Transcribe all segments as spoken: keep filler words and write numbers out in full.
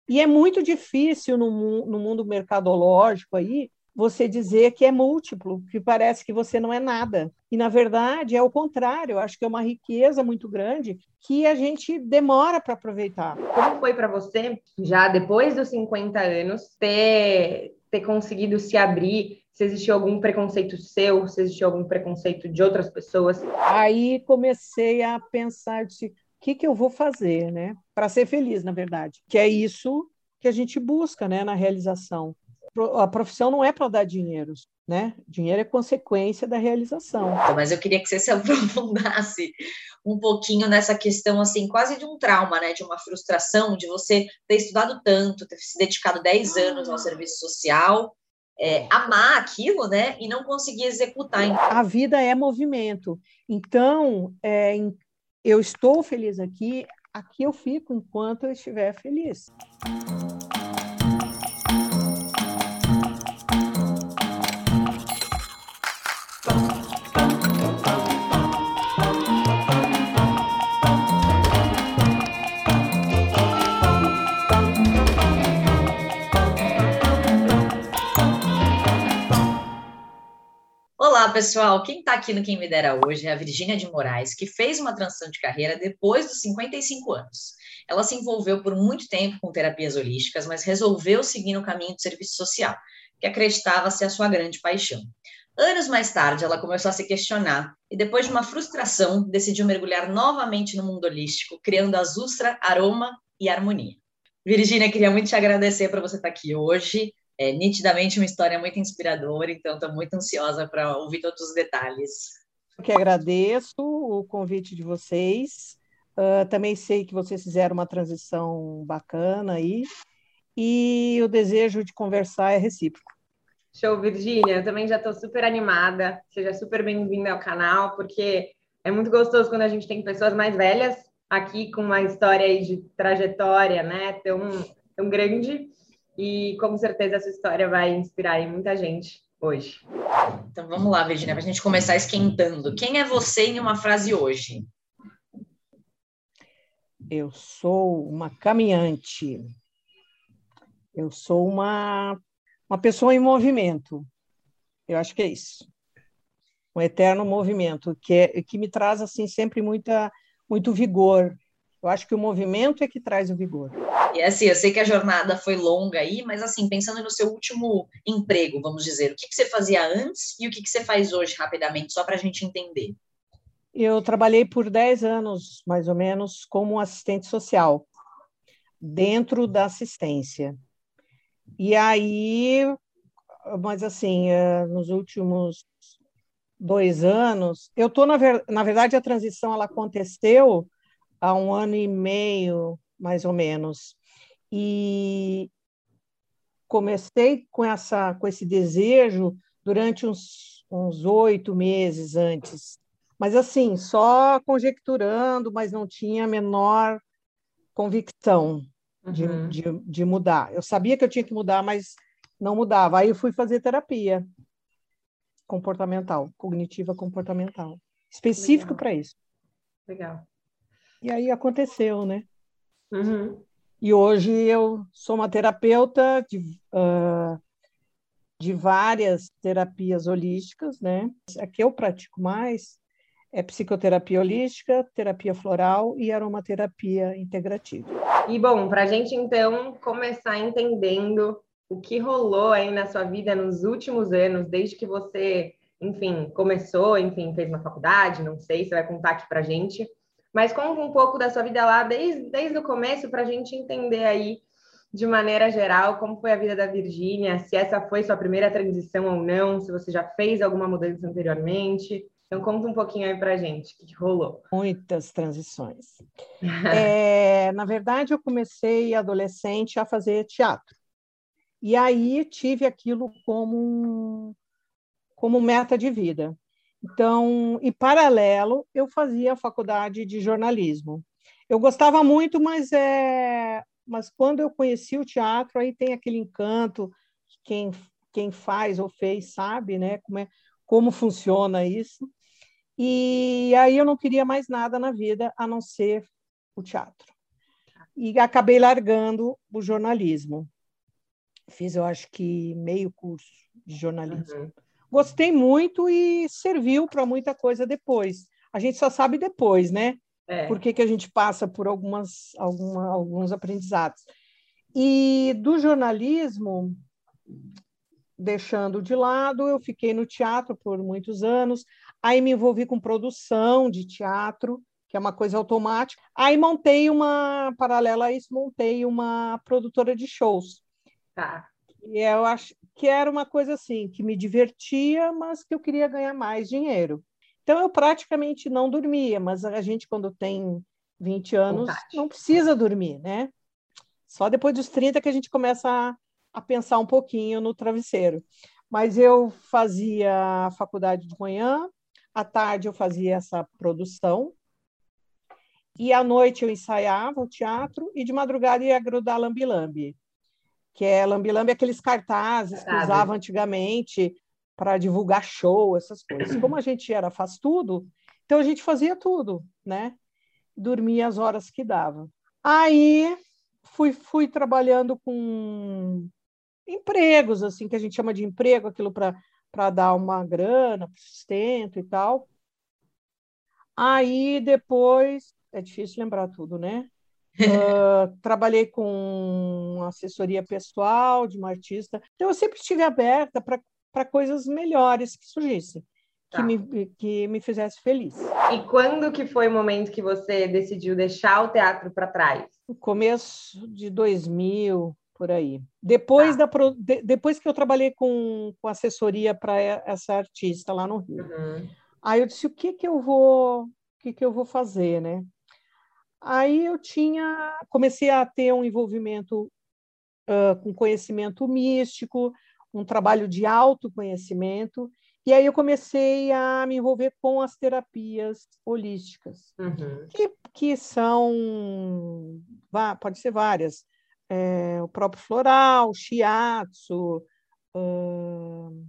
E é muito difícil no, mu- no mundo mercadológico aí você dizer que é múltiplo, que parece que você não é nada. E, na verdade, é o contrário. Eu acho que é uma riqueza muito grande que a gente demora para aproveitar. Como foi para você, já depois dos cinquenta anos, ter, ter conseguido se abrir? Se existiu algum preconceito seu, se existiu algum preconceito de outras pessoas? Aí comecei a pensar, disse, o que, que eu vou fazer, né? Para ser feliz, na verdade. Que é isso que a gente busca, né, na realização. Pro- A profissão não é para dar dinheiro, né? Dinheiro é consequência da realização. Mas eu queria que você se aprofundasse um pouquinho nessa questão, assim, quase de um trauma, né? De uma frustração, de você ter estudado tanto, ter se dedicado dez anos ao serviço social, é, amar aquilo, né? E não conseguir executar. A vida é movimento. Então, é, em- eu estou feliz aqui, aqui eu fico enquanto eu estiver feliz. Olá, pessoal. Quem está aqui no Quem Me Dera hoje é a Virgínia de Moraes, que fez uma transição de carreira depois dos cinquenta e cinco anos. Ela se envolveu por muito tempo com terapias holísticas, mas resolveu seguir no caminho do serviço social, que acreditava ser a sua grande paixão. Anos mais tarde, ela começou a se questionar e, depois de uma frustração, decidiu mergulhar novamente no mundo holístico, criando a Zustra Aroma e Harmonia. Virgínia, queria muito te agradecer por você estar aqui hoje. É nitidamente uma história muito inspiradora, então estou muito ansiosa para ouvir todos os detalhes. Eu que agradeço o convite de vocês. Uh, também sei que vocês fizeram uma transição bacana aí, e o desejo de conversar é recíproco. Show, Virgínia. Eu também já estou super animada. Seja super bem-vinda ao canal, porque é muito gostoso quando a gente tem pessoas mais velhas aqui com uma história aí de trajetória, né, tão, tão grande. E com certeza essa história vai inspirar aí muita gente hoje. Então vamos lá, Virgínia, para a gente começar esquentando. Quem é você em uma frase hoje? Eu sou uma caminhante. Eu sou uma, uma pessoa em movimento. Eu acho que é isso. Um eterno movimento, que, é, que me traz assim sempre muita, muito vigor. Eu acho que o movimento é que traz o vigor. E assim, eu sei que a jornada foi longa aí, mas assim, pensando no seu último emprego, vamos dizer, o que, que você fazia antes e o que, que você faz hoje, rapidamente, só para a gente entender. Eu trabalhei por dez anos, mais ou menos, como assistente social, dentro da assistência. E aí, mas assim, nos últimos dois anos, eu estou, na, ver, na verdade, a transição ela aconteceu há um ano e meio, mais ou menos. E comecei com, essa, com esse desejo durante uns, uns oito meses antes. Mas, assim, só conjecturando, mas não tinha a menor convicção de, Uhum. de, de mudar. Eu sabia que eu tinha que mudar, mas não mudava. Aí eu fui fazer terapia comportamental, cognitiva comportamental, específico para isso. Legal. E aí aconteceu, né? Uhum. E hoje eu sou uma terapeuta de, uh, de várias terapias holísticas, né? A que eu pratico mais é psicoterapia holística, terapia floral e aromaterapia integrativa. E, bom, para a gente, então, começar entendendo o que rolou aí na sua vida nos últimos anos, desde que você, enfim, começou, enfim, fez uma faculdade, não sei, você vai contar aqui para a gente, mas conta um pouco da sua vida lá, desde, desde o começo, para a gente entender aí, de maneira geral, como foi a vida da Virgínia, se essa foi sua primeira transição ou não, se você já fez alguma mudança anteriormente. Então, conta um pouquinho aí para a gente, o que, que rolou. Muitas transições. É, na verdade, eu comecei adolescente a fazer teatro. E aí tive aquilo como, um, como meta de vida. Então, em paralelo, eu fazia a faculdade de jornalismo. Eu gostava muito, mas, é, mas quando eu conheci o teatro, aí tem aquele encanto, quem, quem faz ou fez sabe, né, como, é, como funciona isso. E aí eu não queria mais nada na vida a não ser o teatro. e acabei largando o jornalismo. Fiz, eu acho que meio curso de jornalismo. Uhum. Gostei muito e serviu para muita coisa depois. A gente só sabe depois, né? É. Por que que a gente passa por algumas, alguma, alguns aprendizados. E do jornalismo, deixando de lado, eu fiquei no teatro por muitos anos, aí me envolvi com produção de teatro, que é uma coisa automática. Aí montei uma, paralela a isso, montei uma produtora de shows. Tá. E eu acho que era uma coisa assim, que me divertia, mas que eu queria ganhar mais dinheiro. Então, eu praticamente não dormia, mas a gente, quando tem vinte anos, Vontade. não precisa dormir, né? Só depois dos trinta que a gente começa a, a pensar um pouquinho no travesseiro. Mas eu fazia a faculdade de manhã, à tarde eu fazia essa produção, e à noite eu ensaiava o teatro, e de madrugada ia grudar lambi-lambi, que é lambi-lambi, aqueles cartazes que usavam antigamente para divulgar show, essas coisas. Como a gente era faz tudo, então a gente fazia tudo, né? Dormia as horas que dava. Aí fui, fui trabalhando com empregos, assim, que a gente chama de emprego, aquilo para para dar uma grana, sustento e tal. Aí depois, é difícil lembrar tudo, né? Uh, trabalhei com assessoria pessoal de uma artista. Então, eu sempre estive aberta para coisas melhores que surgissem, que, Tá. me, que me fizesse feliz. E quando que foi o momento que você decidiu deixar o teatro para trás? No começo de dois mil, por aí. Depois, Tá. da, de, depois que eu trabalhei com, com assessoria para essa artista lá no Rio. Uhum. Aí eu disse, o que, que, eu, vou, o que, que eu vou fazer, né? Aí eu tinha, comecei a ter um envolvimento uh, com conhecimento místico, um trabalho de autoconhecimento, e aí eu comecei a me envolver com as terapias holísticas, Uhum. que, que são, pode ser várias, é, o próprio floral, shiatsu, uh,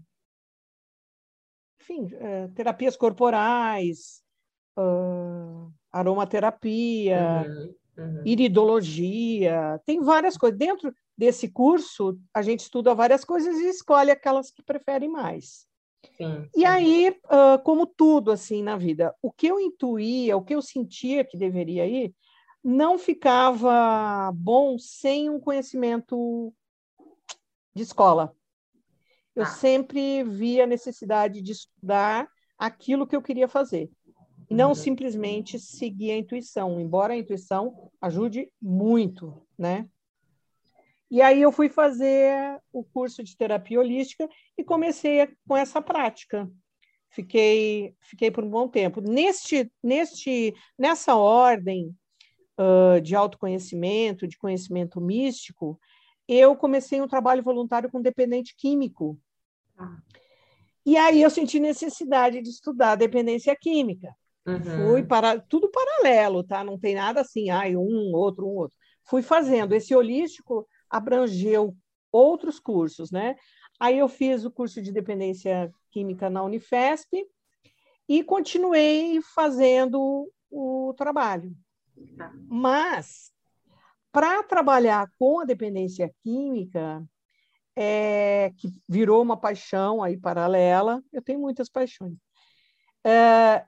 enfim, é, terapias corporais, uh, aromaterapia, Uhum. Uhum. iridologia, tem várias coisas. Dentro desse curso, a gente estuda várias coisas e escolhe aquelas que preferem mais. Sim, e sim. aí, uh, como tudo assim na vida, o que eu intuía, o que eu sentia que deveria ir, não ficava bom sem um conhecimento de escola. Eu Tá. sempre via a necessidade de estudar aquilo que eu queria fazer. E não Uhum. simplesmente seguir a intuição, embora a intuição ajude muito, né? E aí eu fui fazer o curso de terapia holística e comecei com essa prática. Fiquei, fiquei por um bom tempo. Neste, neste, nessa ordem uh, de autoconhecimento, de conhecimento místico, eu comecei um trabalho voluntário com dependente químico. Ah. E aí eu senti necessidade de estudar dependência química. Uhum. Fui para tudo paralelo, tá? Não tem nada assim, ai, um, outro, um, outro. Fui fazendo. Esse holístico abrangeu outros cursos, né? Aí eu fiz o curso de dependência química na Unifesp e continuei fazendo o trabalho. Tá. Mas, para trabalhar com a dependência química, é, que virou uma paixão aí paralela, eu tenho muitas paixões. É,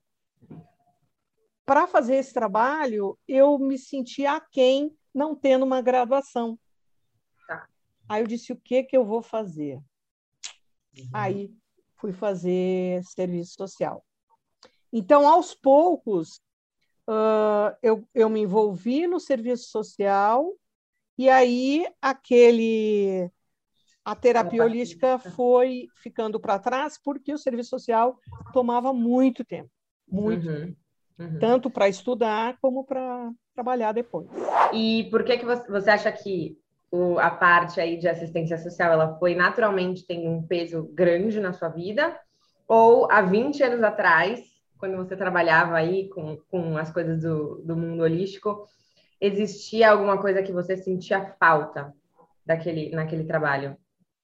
para fazer esse trabalho, eu me senti aquém, não tendo uma graduação. Tá. Aí eu disse, o que, que eu vou fazer? Uhum. Aí fui fazer serviço social. Então, aos poucos, uh, eu, eu me envolvi no serviço social e aí aquele... A terapia holística foi ficando para trás porque o serviço social tomava muito tempo. Muito Uhum. tempo. Uhum. Tanto para estudar como para trabalhar depois. E por que que você, você acha que o, a parte aí de assistência social ela foi naturalmente tem um peso grande na sua vida? Ou há vinte anos atrás, quando você trabalhava aí com, com as coisas do, do mundo holístico, existia alguma coisa que você sentia falta daquele, naquele trabalho?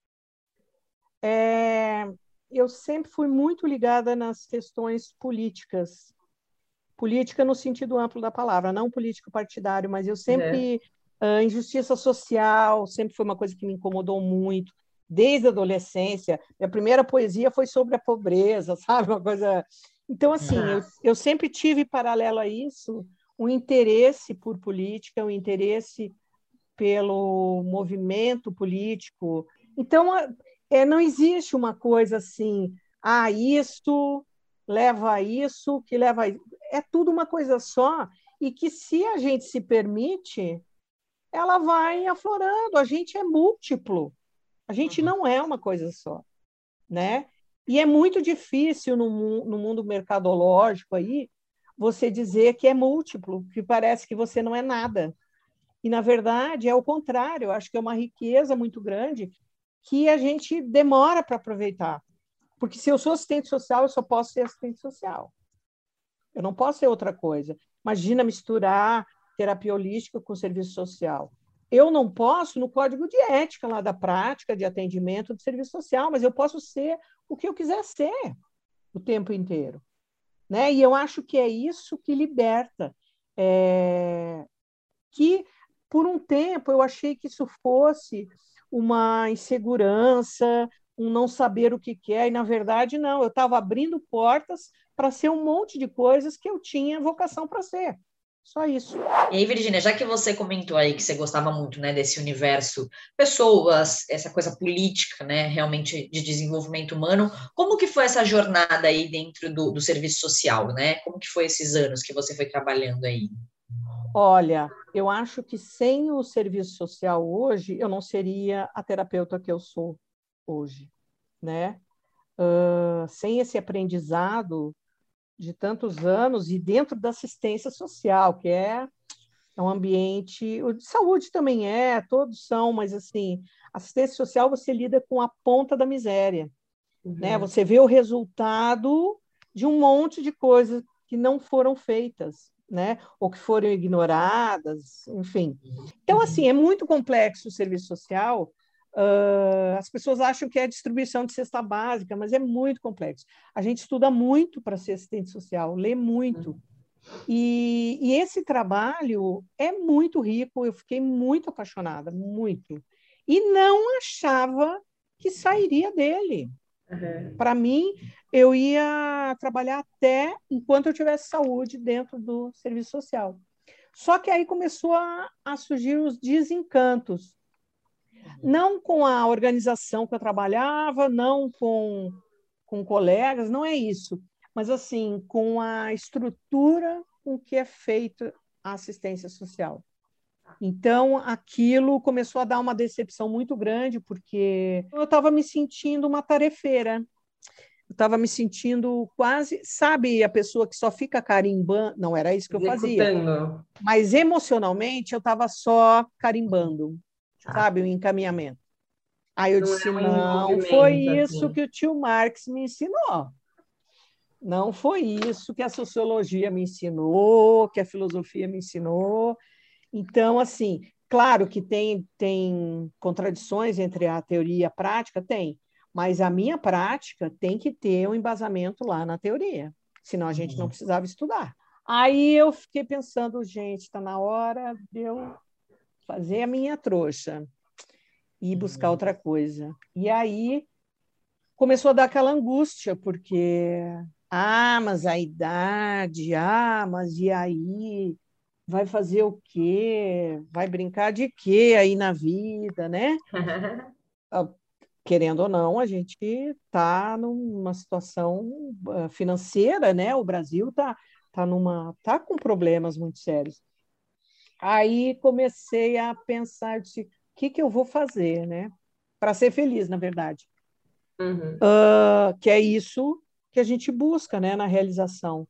É, eu sempre fui muito ligada nas questões políticas. Política no sentido amplo da palavra, não político partidário, mas eu sempre A injustiça social sempre foi uma coisa que me incomodou muito, desde a adolescência. Minha primeira poesia foi sobre a pobreza, sabe? Uma coisa... Então, assim, eu, eu sempre tive, paralelo a isso, um interesse por política, um interesse pelo movimento político. Então, é, não existe uma coisa assim, ah, isso leva a isso, que leva a... É tudo uma coisa só, e que, se a gente se permite, ela vai aflorando. A gente é múltiplo, a gente não é uma coisa só, né? E é muito difícil no, no mundo mercadológico aí você dizer que é múltiplo, que parece que você não é nada. E, na verdade, é o contrário. Eu acho que é uma riqueza muito grande que a gente demora para aproveitar. Porque, se eu sou assistente social, eu só posso ser assistente social. Eu não posso ser outra coisa. Imagina misturar terapia holística com serviço social. Eu não posso no código de ética lá da prática de atendimento do serviço social, mas eu posso ser o que eu quiser ser o tempo inteiro, né? E eu acho que é isso que liberta. É... Que, por um tempo, eu achei que isso fosse uma insegurança, um não saber o que quer, e, na verdade, não. Eu estava abrindo portas para ser um monte de coisas que eu tinha vocação para ser. Só isso. E aí, Virgínia, já que você comentou aí que você gostava muito, né, desse universo, pessoas, essa coisa política, né, realmente de desenvolvimento humano, como que foi essa jornada aí dentro do, do serviço social, né? Como que foi esses anos que você foi trabalhando aí? Olha, eu acho que sem o serviço social hoje, eu não seria a terapeuta que eu sou hoje, né? Uh, sem esse aprendizado de tantos anos e dentro da assistência social, que é, é um ambiente... O de saúde também é, todos são, mas, assim, assistência social você lida com a ponta da miséria, uhum. né? Você vê o resultado de um monte de coisas que não foram feitas, né? Ou que foram ignoradas, enfim. Então, assim, é muito complexo o serviço social. Uh, as pessoas acham que é a distribuição de cesta básica, mas é muito complexo. A gente estuda muito para ser assistente social, lê muito. E, e esse trabalho é muito rico, eu fiquei muito apaixonada, muito. E não achava que sairia dele. Uhum. Para mim, eu ia trabalhar até enquanto eu tivesse saúde dentro do serviço social. Só que aí começou a, a surgir os desencantos. Não com a organização que eu trabalhava, não com, com colegas, não é isso. Mas, assim, com a estrutura com que é feita a assistência social. Então, aquilo começou a dar uma decepção muito grande, porque eu estava me sentindo uma tarefeira. Eu estava me sentindo quase... Sabe a pessoa que só fica carimbando? Não era isso que eu fazia. Mas, emocionalmente, eu estava só carimbando. Sabe, o encaminhamento. Aí eu não disse, é um não foi isso assim. Que o tio Marx me ensinou. Não foi isso que a sociologia me ensinou, que a filosofia me ensinou. Então, assim, claro que tem, tem contradições entre a teoria e a prática, tem, mas a minha prática tem que ter um embasamento lá na teoria, senão a gente não precisava estudar. Aí eu fiquei pensando, gente, está na hora de eu fazer a minha trouxa e buscar outra coisa. E aí começou a dar aquela angústia, porque, ah, mas a idade, ah, mas e aí? Vai fazer o quê? Vai brincar de quê aí na vida, né? Querendo ou não, a gente está numa situação financeira, né? O Brasil está tá numa tá com problemas muito sérios. Aí comecei a pensar, disse, o que, que eu vou fazer, né? Para ser feliz, na verdade. Uhum. Uh, que é isso que a gente busca, né, na realização.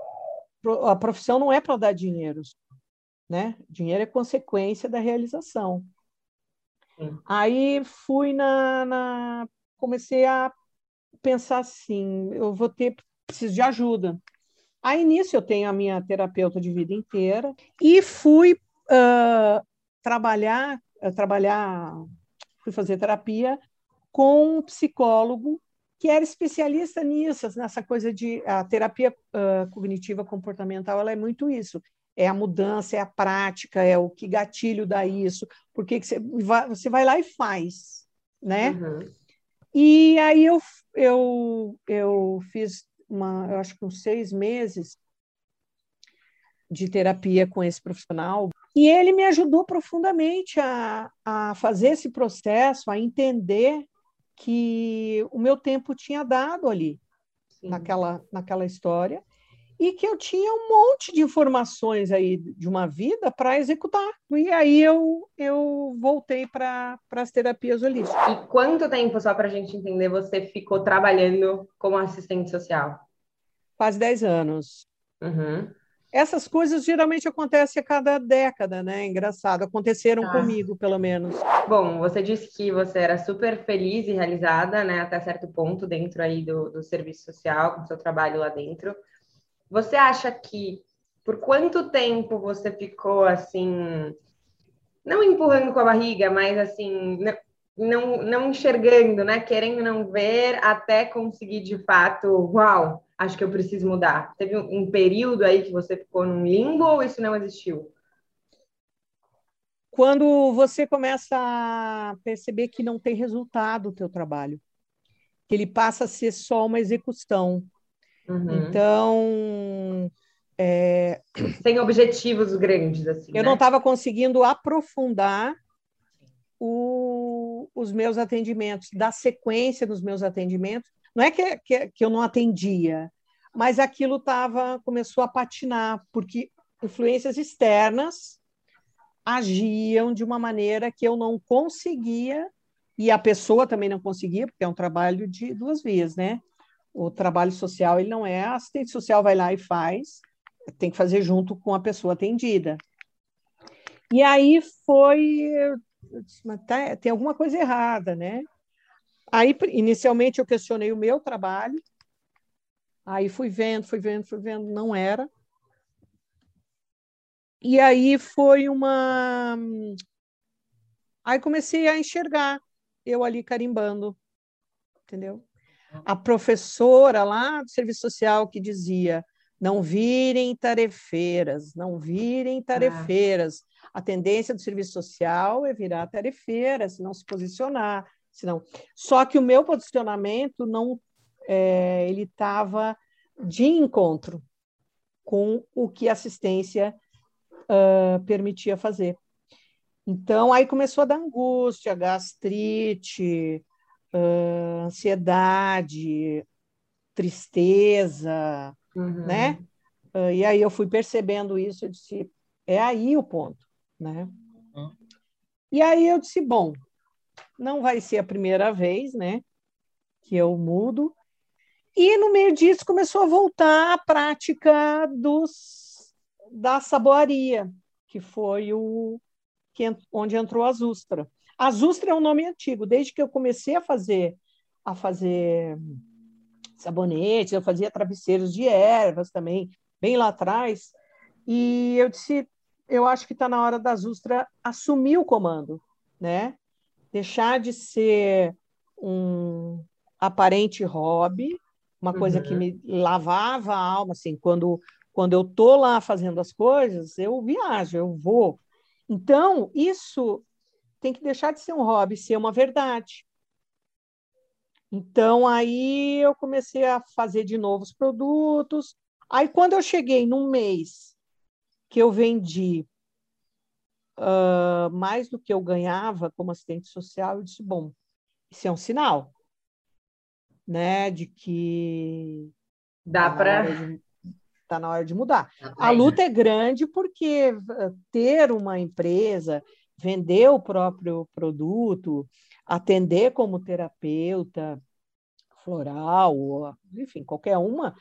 A profissão não é para dar dinheiro, né? Dinheiro é consequência da realização. Sim. Aí fui na, na... Comecei a pensar assim, eu vou ter... Preciso de ajuda. Aí, nisso, eu tenho a minha terapeuta de vida inteira e fui uh, trabalhar, uh, trabalhar, fui fazer terapia com um psicólogo que era especialista nisso, nessa coisa de... A terapia uh, cognitiva comportamental, ela é muito isso. é a mudança, é a prática, é o que gatilho dá isso, porque que você, vai, você vai lá e faz, né? Uhum. E aí eu, eu, eu fiz, uma, eu acho que uns seis meses de terapia com esse profissional, e ele me ajudou profundamente a, a fazer esse processo, a entender que o meu tempo tinha dado ali, naquela, naquela história, e que eu tinha um monte de informações aí de uma vida para executar. E aí eu, eu voltei para as terapias holísticas. E quanto tempo, só para a gente entender, você ficou trabalhando como assistente social? Quase dez anos. Uhum. Essas coisas geralmente acontecem a cada década, né? Engraçado. Aconteceram ah. comigo, pelo menos. Bom, você disse que você era super feliz e realizada, né? Até certo ponto dentro aí do, do serviço social, com o seu trabalho lá dentro. Você acha que por quanto tempo você ficou assim, não empurrando com a barriga, mas assim, não, não enxergando, né? Querendo não ver até conseguir de fato, uau, acho que eu preciso mudar. Teve um, um período aí que você ficou num limbo ou isso não existiu? Quando você começa a perceber que não tem resultado o teu trabalho, que ele passa a ser só uma execução. Uhum. Então, é... sem objetivos grandes, assim, eu né? não estava conseguindo aprofundar o, os meus atendimentos, dar sequência nos meus atendimentos. Não é que, que, que eu não atendia, mas aquilo tava, começou a patinar, porque influências externas agiam de uma maneira que eu não conseguia, e a pessoa também não conseguia, porque é um trabalho de duas vias, né? O trabalho social, ele não é, a assistente social vai lá e faz, tem que fazer junto com a pessoa atendida. E aí foi, tá, tem alguma coisa errada, né? Aí, inicialmente, eu questionei o meu trabalho, aí fui vendo, fui vendo, fui vendo, não era. E aí foi uma... Aí comecei a enxergar, eu ali carimbando, entendeu? A professora lá do serviço social que dizia, não virem tarefeiras, não virem tarefeiras. Ah. A tendência do serviço social é virar tarefeira, se não se posicionar. Senão... Só que o meu posicionamento não, é, ele estava de encontro com o que a assistência uh, permitia fazer. Então, aí começou a dar angústia, gastrite, uh, ansiedade, tristeza, uhum. né? Uh, e aí eu fui percebendo isso, eu disse, é aí o ponto, né? Uhum. E aí eu disse, bom, não vai ser a primeira vez, né, que eu mudo. E no meio disso começou a voltar a prática dos, da saboaria, que foi o que, onde entrou a Zustra. A Zustra é um nome antigo, desde que eu comecei a fazer a fazer sabonetes, eu fazia travesseiros de ervas também, bem lá atrás, e eu disse, eu acho que está na hora da Zustra assumir o comando, né? Deixar de ser um aparente hobby, uma coisa uhum. que me lavava a alma, assim, quando, quando eu estou lá fazendo as coisas, eu viajo, eu vou. Então, isso tem que deixar de ser um hobby, ser uma verdade. Então, aí eu comecei a fazer de novo os produtos. Aí, quando eu cheguei num mês que eu vendi uh, mais do que eu ganhava como assistente social, eu disse, bom, isso é um sinal, né, de que dá tá para... Está na hora de mudar. A luta é grande porque ter uma empresa, vender o próprio produto, atender como terapeuta floral, ou, enfim, qualquer uma,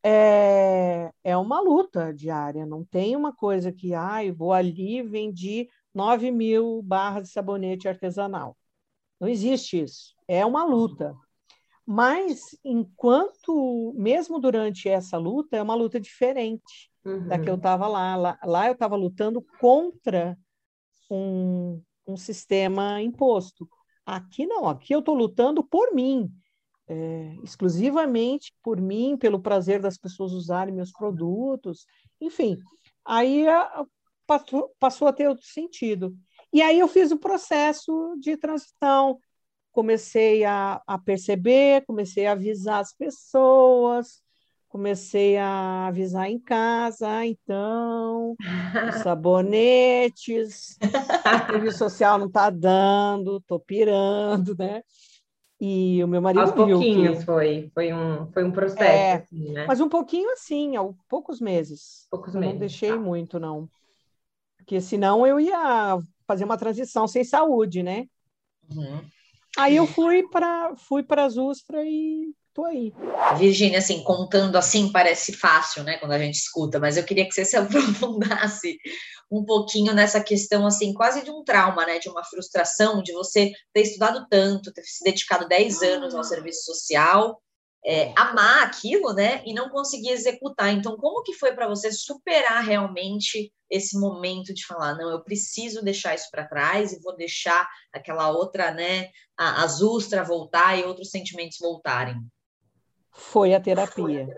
é, é uma luta diária. Não tem uma coisa que, ah, eu vou ali e vendi nove mil barras de sabonete artesanal. Não existe isso. É uma luta. Mas, enquanto, mesmo durante essa luta, é uma luta diferente uhum. da que eu estava lá. lá. Lá eu estava lutando contra um, um sistema imposto. Aqui não, aqui eu estou lutando por mim, é, exclusivamente por mim, pelo prazer das pessoas usarem meus produtos, enfim. Aí a, passou, passou a ter outro sentido. E aí eu fiz o processo de transição, comecei a, a perceber, comecei a avisar as pessoas, comecei a avisar em casa, ah, então, os sabonetes, o serviço social não está dando, estou pirando, né? E o meu Aos marido viu pouquinhos que... foi, foi um, foi um processo, É, assim, né? mas um pouquinho assim, há poucos meses. Poucos Eu não meses, deixei tá. muito, não. Porque senão eu ia fazer uma transição sem saúde, né? Uhum. Aí eu fui para fui para as Ustra e tô aí. Virgínia, assim, contando assim parece fácil, né, quando a gente escuta, mas eu queria que você se aprofundasse um pouquinho nessa questão, assim, quase de um trauma, né, de uma frustração, de você ter estudado tanto, ter se dedicado dez anos ao serviço social, é, amar aquilo, né, e não conseguir executar. Então, como que foi para você superar realmente esse momento de falar, não, eu preciso deixar isso para trás e vou deixar aquela outra, né, a, as Ustra voltar e outros sentimentos voltarem? Foi a terapia.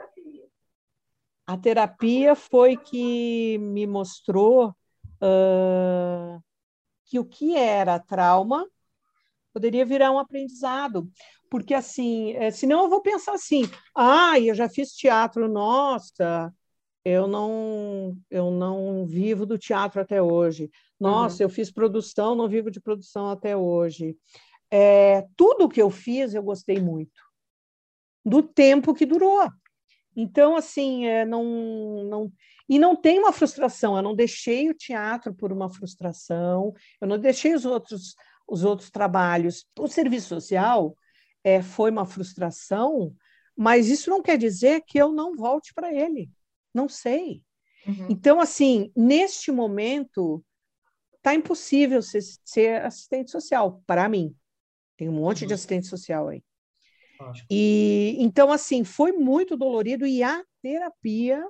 A terapia foi que me mostrou uh, que o que era trauma poderia virar um aprendizado. Porque, assim, é, senão eu vou pensar assim, ah, eu já fiz teatro, nossa, eu não, eu não vivo do teatro até hoje. Nossa, Uhum. eu fiz produção, não vivo de produção até hoje. É, tudo que eu fiz, eu gostei muito, do tempo que durou. Então, assim, é, não, não... E não tem uma frustração, eu não deixei o teatro por uma frustração, eu não deixei os outros, os outros trabalhos. O serviço social é, foi uma frustração, mas isso não quer dizer que eu não volte para ele. Não sei. Uhum. Então, assim, neste momento, está impossível ser, ser assistente social, para mim. Tem um monte Uhum. de assistente social aí. Lógico. E então, assim, foi muito dolorido e a terapia,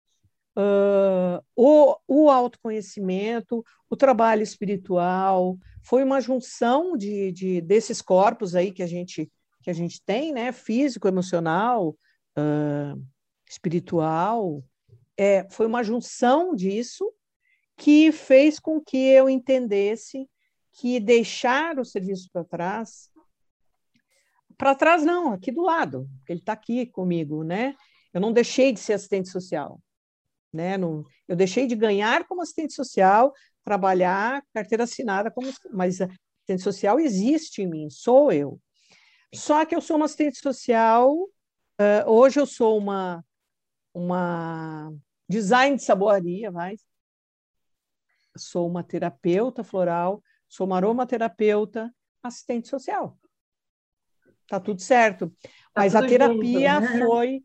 uh, o, o autoconhecimento, o trabalho espiritual, foi uma junção de, de, desses corpos aí que a gente, que a gente tem, né? Físico, emocional, uh, espiritual. É, foi uma junção disso que fez com que eu entendesse que deixar o serviço para trás, para trás não, aqui do lado, ele está aqui comigo, né? Eu não deixei de ser assistente social, né? Não, eu deixei de ganhar como assistente social, trabalhar, carteira assinada, como, mas a assistente social existe em mim, sou eu. Só que eu sou uma assistente social, uh, hoje eu sou uma, uma design de saboaria, vai, sou uma terapeuta floral, sou uma aromaterapeuta, assistente social. Tá tudo certo. Tá Mas a tudo junto. terapia foi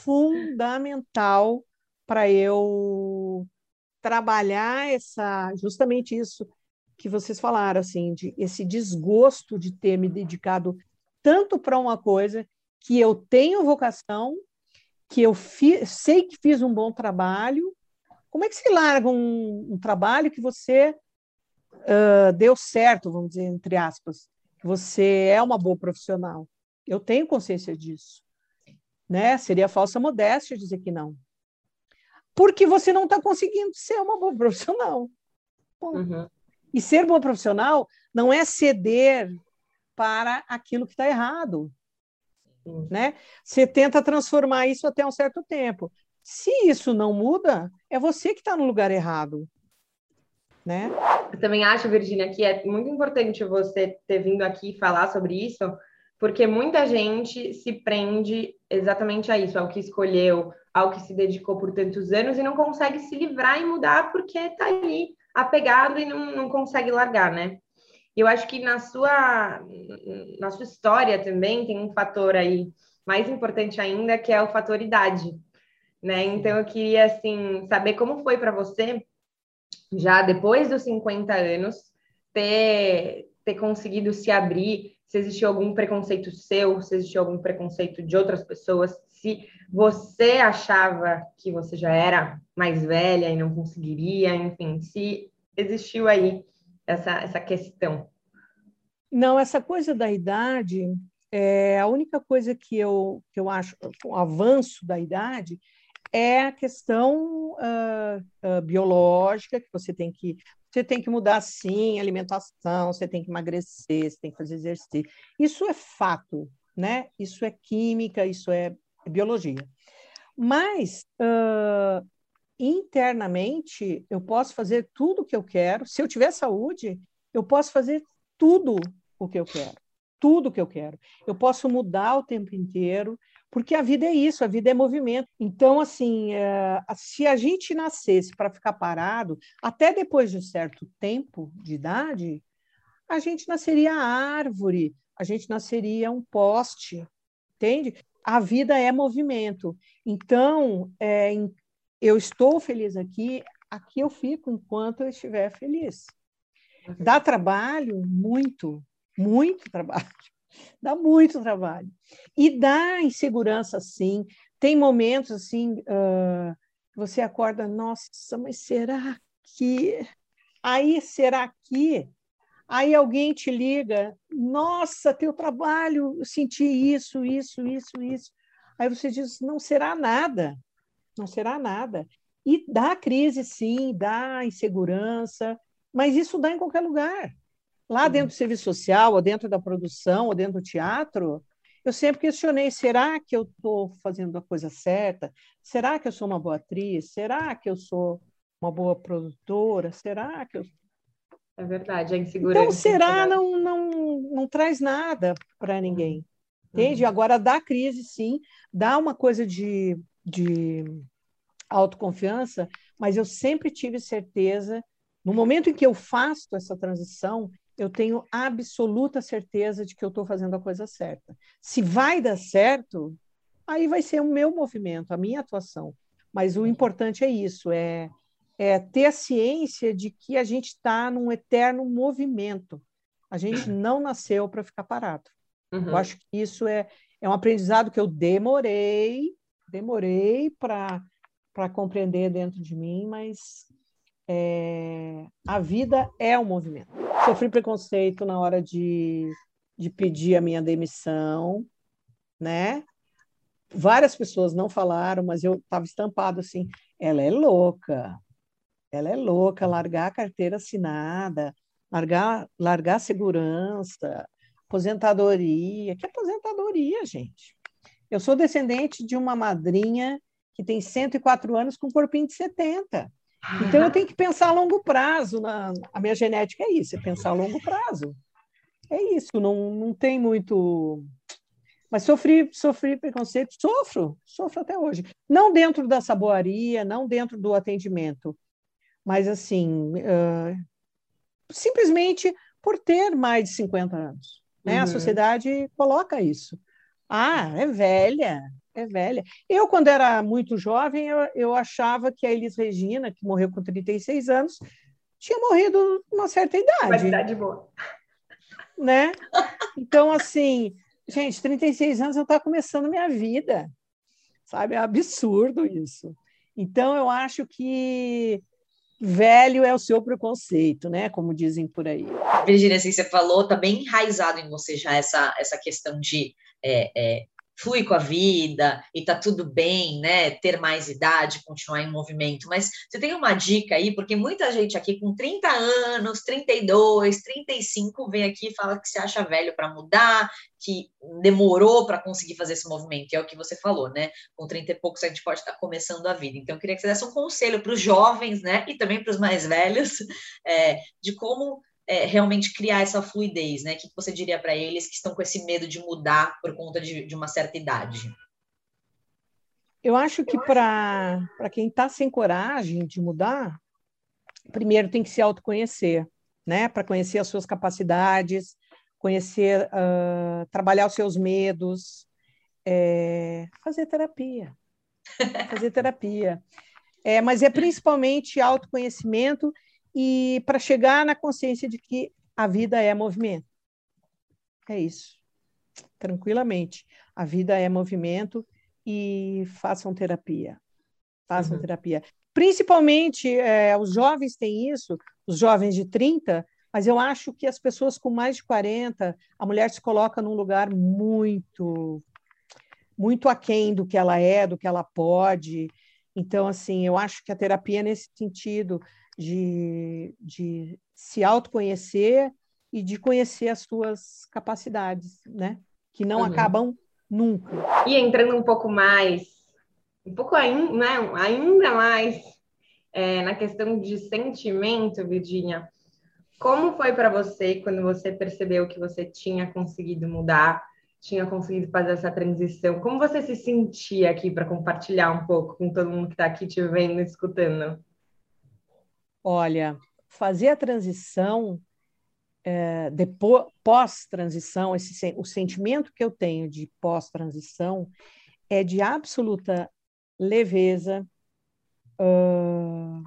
fundamental para eu trabalhar essa, justamente isso que vocês falaram, assim, de esse desgosto de ter me dedicado tanto para uma coisa que eu tenho vocação, que eu fi, sei que fiz um bom trabalho. Como é que se larga um, um trabalho que você uh, deu certo, vamos dizer, entre aspas, que você é uma boa profissional? Eu tenho consciência disso, né? Seria falsa modéstia dizer que não. Porque você não está conseguindo ser uma boa profissional. Uhum. E ser boa profissional não é ceder para aquilo que está errado, Sim. né? Você tenta transformar isso até um certo tempo. Se isso não muda, é você que está no lugar errado, né? Eu também acho, Virgínia, que é muito importante você ter vindo aqui falar sobre isso, porque muita gente se prende exatamente a isso, ao que escolheu, ao que se dedicou por tantos anos e não consegue se livrar e mudar porque está ali apegado e não, não consegue largar, né? E eu acho que na sua, na sua história também tem um fator aí mais importante ainda, que é o fator idade, né? Então eu queria, assim, saber como foi para você, já depois dos cinquenta anos, ter, ter conseguido se abrir, se existiu algum preconceito seu, se existiu algum preconceito de outras pessoas, se você achava que você já era mais velha e não conseguiria, enfim, se existiu aí essa, essa questão. Não, essa coisa da idade, é a única coisa que eu, que eu acho, o avanço da idade, é a questão uh, uh, biológica, que você tem que, você tem que mudar, sim, a alimentação, você tem que emagrecer, você tem que fazer exercício. Isso é fato, né? Isso é química, isso é biologia. Mas, uh, internamente, eu posso fazer tudo o que eu quero. Se eu tiver saúde, eu posso fazer tudo o que eu quero. Tudo o que eu quero. Eu posso mudar o tempo inteiro, porque a vida é isso, a vida é movimento. Então, assim, é, se a gente nascesse para ficar parado, até depois de um certo tempo de idade, a gente nasceria árvore, a gente nasceria um poste, entende? A vida é movimento. Então, é, eu estou feliz aqui, aqui eu fico enquanto eu estiver feliz. Dá trabalho? Muito, muito trabalho. Dá muito trabalho. E dá insegurança, sim. Tem momentos, assim, uh, que você acorda, nossa, mas será que... Aí, será que... Aí alguém te liga, nossa, teu trabalho, eu senti isso, isso, isso, isso. Aí você diz, não será nada, não será nada. E dá crise, sim, dá insegurança, mas isso dá em qualquer lugar. Lá dentro do serviço social, ou dentro da produção, ou dentro do teatro, eu sempre questionei, será que eu estou fazendo a coisa certa? Será que eu sou uma boa atriz? Será que eu sou uma boa produtora? Será que eu... É verdade, a insegurança. Então, será não, não, não traz nada para ninguém. Uhum. Entende? Agora, dá crise, sim, dá uma coisa de, de autoconfiança, mas eu sempre tive certeza, no momento em que eu faço essa transição, eu tenho absoluta certeza de que eu estou fazendo a coisa certa. Se vai dar certo, aí vai ser o meu movimento, a minha atuação. Mas o importante é isso, é, é ter a ciência de que a gente está num eterno movimento. A gente não nasceu para ficar parado. Uhum. Eu acho que isso é, é um aprendizado que eu demorei, demorei para para compreender dentro de mim, mas é, a vida é um movimento. Sofri preconceito na hora de, de pedir a minha demissão, né? Várias pessoas não falaram, mas eu estava estampado assim, ela é louca, ela é louca, largar a carteira assinada, largar, largar a segurança, aposentadoria. Que aposentadoria, gente? Eu sou descendente de uma madrinha que tem cento e quatro anos com um corpinho de setenta. Então, eu tenho que pensar a longo prazo. Na... A minha genética é isso, é pensar a longo prazo. É isso, não, não tem muito... Mas sofri, sofri preconceito, sofro, sofro até hoje. Não dentro da saboaria, não dentro do atendimento, mas, assim, uh, simplesmente por ter mais de cinquenta anos. Né? Uhum. A sociedade coloca isso. Ah, é velha, é velha. Eu, quando era muito jovem, eu, eu achava que a Elis Regina, que morreu com trinta e seis anos, tinha morrido com uma certa idade. Uma idade boa. Né? Então, assim, gente, trinta e seis anos eu estava começando minha vida, sabe? É absurdo isso. Então, eu acho que velho é o seu preconceito, né? Como dizem por aí. Virginia, assim, você falou, tá bem enraizado em você já essa, essa questão de é, é, fluir com a vida e tá tudo bem, né? Ter mais idade, continuar em movimento. Mas você tem uma dica aí, porque muita gente aqui com trinta anos, trinta e dois, trinta e cinco vem aqui e fala que se acha velho para mudar, que demorou para conseguir fazer esse movimento, e é o que você falou, né? Com trinta e poucos a gente pode estar começando a vida. Então, eu queria que você desse um conselho para os jovens, né? E também para os mais velhos, é, de como É, realmente criar essa fluidez, né? O que você diria para eles que estão com esse medo de mudar por conta de, de uma certa idade? Eu acho que para quem está sem coragem de mudar, primeiro tem que se autoconhecer, né? Para conhecer as suas capacidades, conhecer, uh, trabalhar os seus medos, é, fazer terapia. Fazer terapia. É, mas é principalmente autoconhecimento e para chegar na consciência de que a vida é movimento. É isso. Tranquilamente. A vida é movimento e façam terapia. Façam uhum. terapia. Principalmente, é, os jovens têm isso, os jovens de trinta, mas eu acho que as pessoas com mais de quarenta, a mulher se coloca num lugar muito, muito aquém do que ela é, do que ela pode. Então, assim, eu acho que a terapia é nesse sentido de, de se autoconhecer e de conhecer as suas capacidades, né? Que não Uhum. acabam nunca. E entrando um pouco mais, um pouco ainda, né? ainda mais é, na questão de sentimento, Virgínia, como foi para você quando você percebeu que você tinha conseguido mudar, tinha conseguido fazer essa transição? Como você se sentia aqui para compartilhar um pouco com todo mundo que está aqui te vendo, escutando? Olha, fazer a transição, é, depois, pós-transição, esse, o sentimento que eu tenho de pós-transição é de absoluta leveza, uh,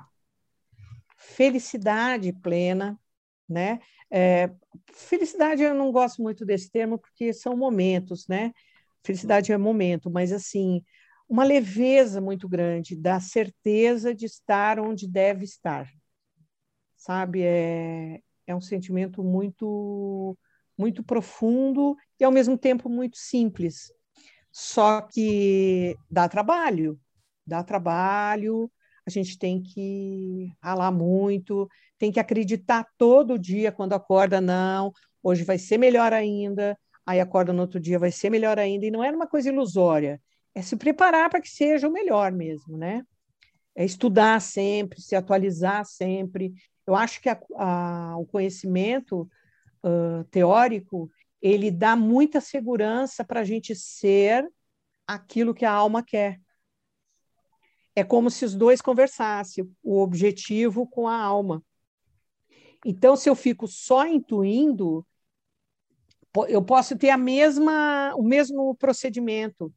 felicidade plena, né? É, felicidade, eu não gosto muito desse termo, porque são momentos, né? Felicidade é momento, mas, assim, uma leveza muito grande, da certeza de estar onde deve estar, sabe? É, é um sentimento muito, muito profundo e, ao mesmo tempo, muito simples. Só que dá trabalho, dá trabalho, a gente tem que ralar muito, tem que acreditar todo dia quando acorda, não, hoje vai ser melhor ainda, aí acorda no outro dia, vai ser melhor ainda, e não é uma coisa ilusória, é se preparar para que seja o melhor mesmo, né? É estudar sempre, se atualizar sempre. Eu acho que a, a, o conhecimento uh, teórico, ele dá muita segurança para a gente ser aquilo que a alma quer. É como se os dois conversassem, o objetivo com a alma. Então, se eu fico só intuindo, eu posso ter a mesma, o mesmo procedimento,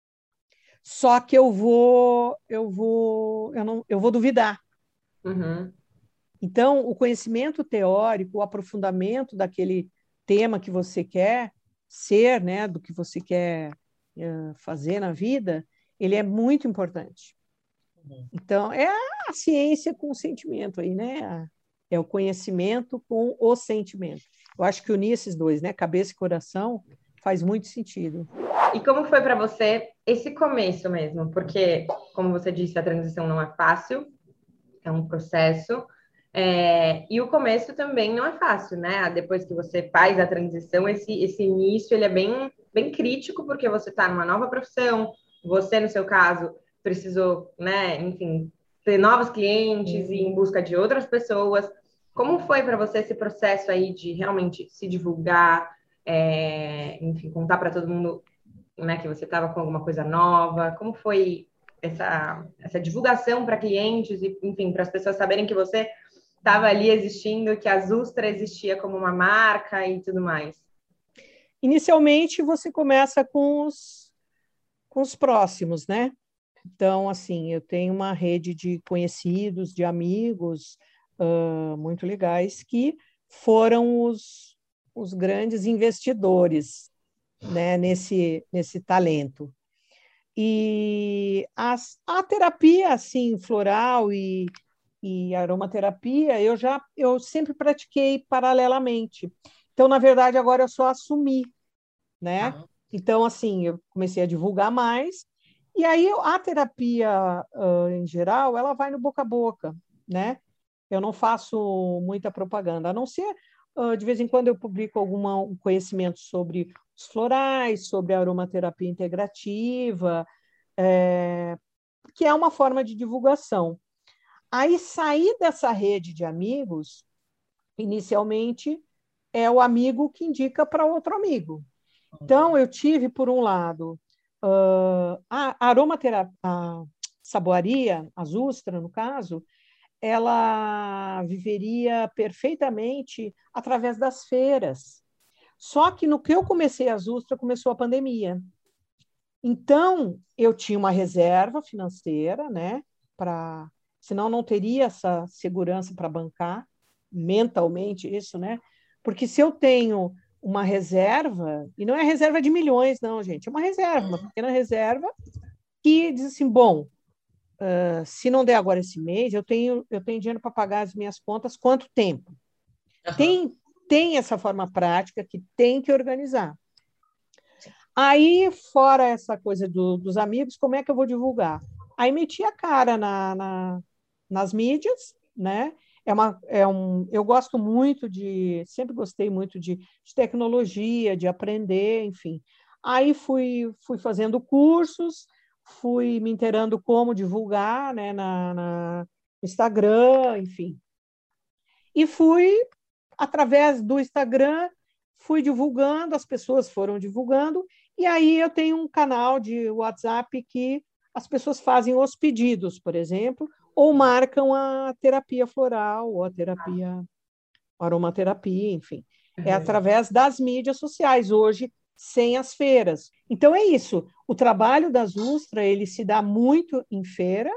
só que eu vou, eu vou, eu não, eu vou duvidar. Uhum. Então, o conhecimento teórico, o aprofundamento daquele tema que você quer ser, né, do que você quer uh, fazer na vida, ele é muito importante. Então, é a ciência com o sentimento aí, né? É o conhecimento com o sentimento. Eu acho que unir esses dois, né? Cabeça e coração, faz muito sentido. E como foi para você esse começo mesmo? Porque, como você disse, a transição não é fácil, é um processo. É, e o começo também não é fácil, né? Depois que você faz a transição, esse, esse início ele é bem, bem crítico, porque você está numa nova profissão, você, no seu caso, precisou, né, enfim, ter novos clientes e ir em busca de outras pessoas. Como foi para você esse processo aí de realmente se divulgar, é, enfim, contar para todo mundo, né, que você estava com alguma coisa nova? Como foi essa, essa divulgação para clientes e, enfim, para as pessoas saberem que você estava ali existindo, que a Zustra existia como uma marca e tudo mais? Inicialmente, você começa com os, com os próximos, né? Então, assim, eu tenho uma rede de conhecidos, de amigos uh, muito legais, que foram os, os grandes investidores, né, nesse, nesse talento. E as, a terapia, assim, floral e, e aromaterapia, eu já eu sempre pratiquei paralelamente. Então, na verdade, agora eu só assumi, né? Ah. Então, assim, eu comecei a divulgar mais, e aí a terapia, uh, em geral, ela vai no boca a boca, né? Eu não faço muita propaganda, a não ser, uh, de vez em quando eu publico algum conhecimento sobre os florais, sobre a aromaterapia integrativa, é, que é uma forma de divulgação. Aí, sair dessa rede de amigos, inicialmente, é o amigo que indica para outro amigo. Então, eu tive, por um lado, uh, a aromaterapia, a saboaria, a Zustra, no caso, ela viveria perfeitamente através das feiras. Só que no que eu comecei a Zustra, começou a pandemia. Então, eu tinha uma reserva financeira, né, para, senão não teria essa segurança para bancar mentalmente isso, né? Porque se eu tenho uma reserva, e não é reserva de milhões, não, gente, é uma reserva, uma pequena reserva que diz assim, bom, uh, se não der agora esse mês, eu tenho, eu tenho dinheiro para pagar as minhas contas, quanto tempo? Uhum. Tem, tem essa forma prática que tem que organizar. Aí, fora essa coisa do, dos amigos, como é que eu vou divulgar? Aí meti a cara na, na, nas mídias, né? É uma, é um, eu gosto muito de, sempre gostei muito de, de tecnologia, de aprender, enfim. Aí fui, fui fazendo cursos, fui me inteirando como divulgar, né, na, na no Instagram, enfim. E fui, através do Instagram, fui divulgando, as pessoas foram divulgando, e aí eu tenho um canal de WhatsApp que as pessoas fazem os pedidos, por exemplo, ou marcam a terapia floral, ou a terapia, aromaterapia, enfim. É através das mídias sociais, hoje, sem as feiras. Então, é isso. O trabalho das Ustra, ele se dá muito em feira,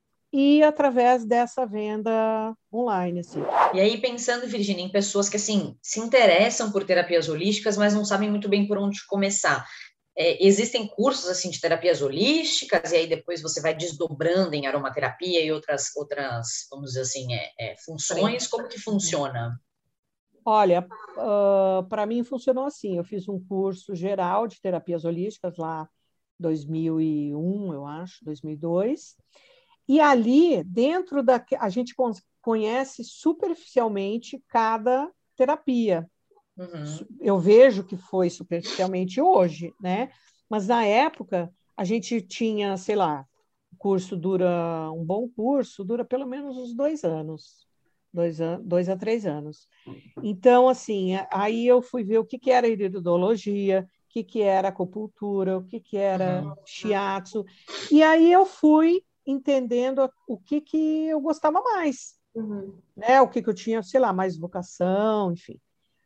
e através dessa venda online, assim. E aí, pensando, Virginia, em pessoas que, assim, se interessam por terapias holísticas, mas não sabem muito bem por onde começar. É, existem cursos, assim, de terapias holísticas, e aí depois você vai desdobrando em aromaterapia e outras, outras vamos dizer assim, é, é, funções. Como que funciona? Olha, uh, para mim funcionou assim. Eu fiz um curso geral de terapias holísticas lá em dois mil e um, eu acho, dois mil e dois. E ali, dentro da... A gente conhece superficialmente cada terapia. Uhum. Eu vejo que foi superficialmente hoje, né? Mas na época, a gente tinha, sei lá, o curso dura... Um bom curso dura pelo menos uns dois anos. Dois, an dois a três anos. Então, assim, aí eu fui ver o que, que era iridologia, o que, que era acupuntura, o que, que era uhum. shiatsu. E aí eu fui entendendo o que, que eu gostava mais, uhum. né? O que, que eu tinha, sei lá, mais vocação, enfim.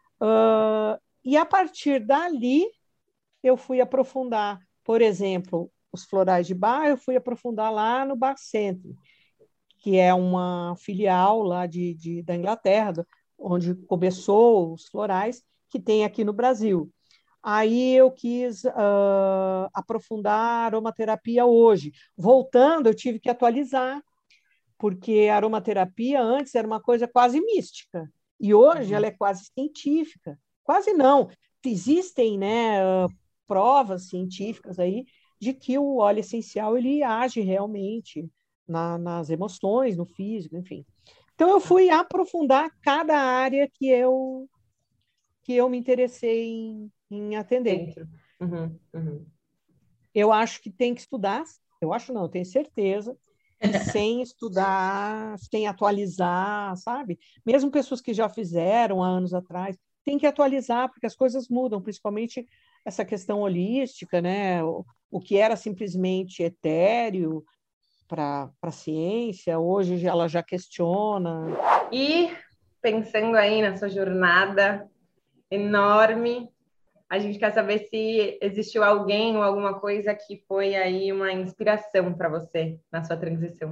Uh, e a partir dali, eu fui aprofundar, por exemplo, os florais de Bach, eu fui aprofundar lá no Bach Center, que é uma filial lá de, de, da Inglaterra, onde começou os florais, que tem aqui no Brasil. Aí eu quis uh, aprofundar a aromaterapia hoje. Voltando, eu tive que atualizar, porque a aromaterapia antes era uma coisa quase mística, e hoje uhum. ela é quase científica. Quase não. Existem, né, uh, provas científicas aí de que o óleo essencial ele age realmente na, nas emoções, no físico, enfim. Então, eu fui aprofundar cada área que eu, que eu me interessei em, em atender. Uhum, uhum. Eu acho que tem que estudar, eu acho não, eu tenho certeza, que sem estudar, sem atualizar, sabe? Mesmo pessoas que já fizeram há anos atrás, tem que atualizar, porque as coisas mudam, principalmente essa questão holística, né? O, o que era simplesmente etéreo para a ciência, hoje ela já questiona. E pensando aí na sua jornada enorme, a gente quer saber se existiu alguém ou alguma coisa que foi aí uma inspiração para você na sua transição.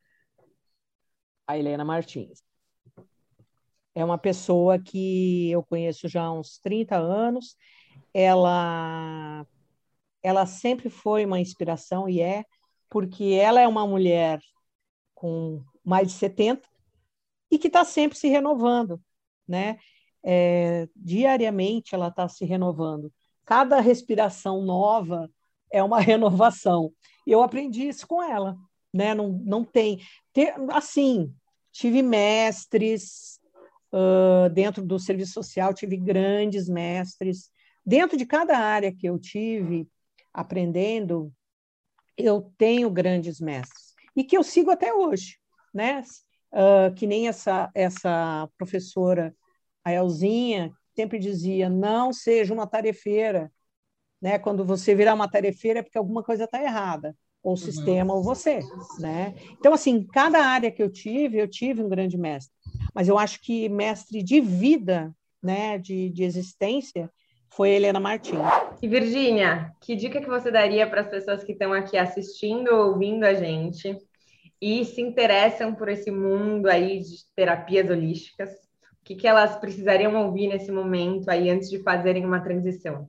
A Helena Martins. É uma pessoa que eu conheço já há uns trinta anos. Ela, ela sempre foi uma inspiração e é, porque ela é uma mulher com mais de setenta e que está sempre se renovando, né? É, diariamente ela está se renovando. Cada respiração nova é uma renovação. Eu aprendi isso com ela, né? Não, não tem... Ter, assim, tive mestres uh, dentro do serviço social, tive grandes mestres. Dentro de cada área que eu tive aprendendo, eu tenho grandes mestres. E que eu sigo até hoje, né? Uh, que nem essa, essa professora, a Elzinha, sempre dizia, não seja uma tarefeira, né? Quando você virar uma tarefeira é porque alguma coisa está errada, ou o uhum. sistema ou você, né? Então, assim, cada área que eu tive, eu tive um grande mestre, mas eu acho que mestre de vida, né, de, de existência, foi Helena Martins. E, Virgínia, que dica que você daria para as pessoas que estão aqui assistindo, ouvindo a gente, e se interessam por esse mundo aí de terapias holísticas? O que, que elas precisariam ouvir nesse momento aí antes de fazerem uma transição?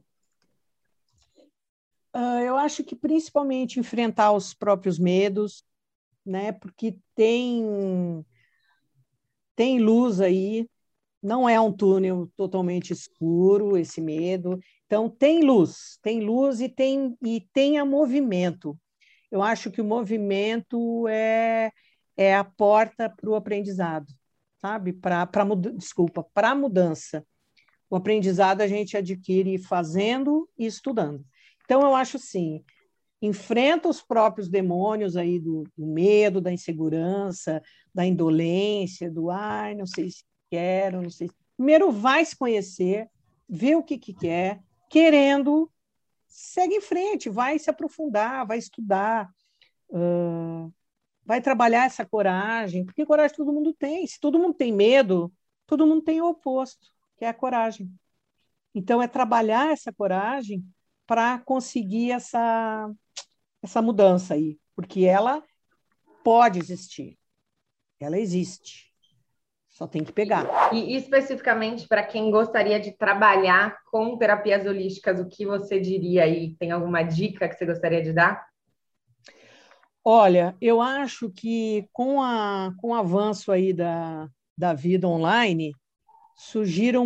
Uh, eu acho que principalmente enfrentar os próprios medos, né? Porque tem, tem luz aí, não é um túnel totalmente escuro, esse medo. Então, tem luz, tem luz e tem, e tenha movimento. Eu acho que o movimento é, é a porta para o aprendizado, sabe? Para, para, desculpa, para a mudança. O aprendizado a gente adquire fazendo e estudando. Então, eu acho assim, enfrenta os próprios demônios aí do, do medo, da insegurança, da indolência, do ai, não sei se quero, não sei. Primeiro vai se conhecer, vê o que, que quer, querendo, segue em frente, vai se aprofundar, vai estudar, uh, vai trabalhar essa coragem, porque coragem todo mundo tem. Se todo mundo tem medo, todo mundo tem o oposto, que é a coragem. Então, é trabalhar essa coragem para conseguir essa, essa mudança aí, porque ela pode existir, ela existe, só tem que pegar. E, e especificamente para quem gostaria de trabalhar com terapias holísticas, o que você diria aí? Tem alguma dica que você gostaria de dar? Olha, eu acho que com, a, com o avanço aí da, da vida online, surgiram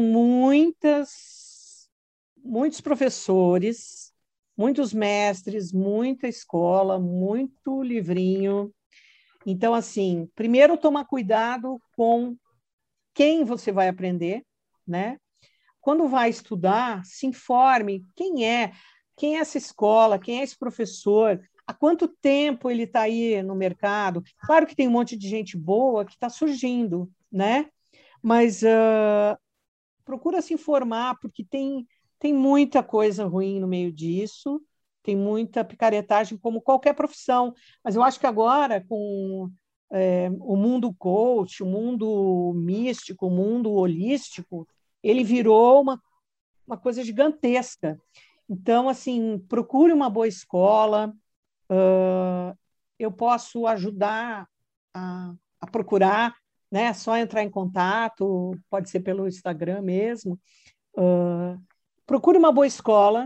muitas, muitos professores, muitos mestres, muita escola, muito livrinho. Então, assim, primeiro tomar cuidado com quem você vai aprender, né? Quando vai estudar, se informe quem é, quem é essa escola, quem é esse professor, há quanto tempo ele está aí no mercado. Claro que tem um monte de gente boa que está surgindo, né? Mas uh, procura se informar, porque tem, tem muita coisa ruim no meio disso, tem muita picaretagem, como qualquer profissão. Mas eu acho que agora, com é, o mundo coach, o mundo místico, o mundo holístico, ele virou uma, uma coisa gigantesca. Então, assim, procure uma boa escola, uh, eu posso ajudar a, a procurar, né? É só entrar em contato, pode ser pelo Instagram mesmo. Uh, procure uma boa escola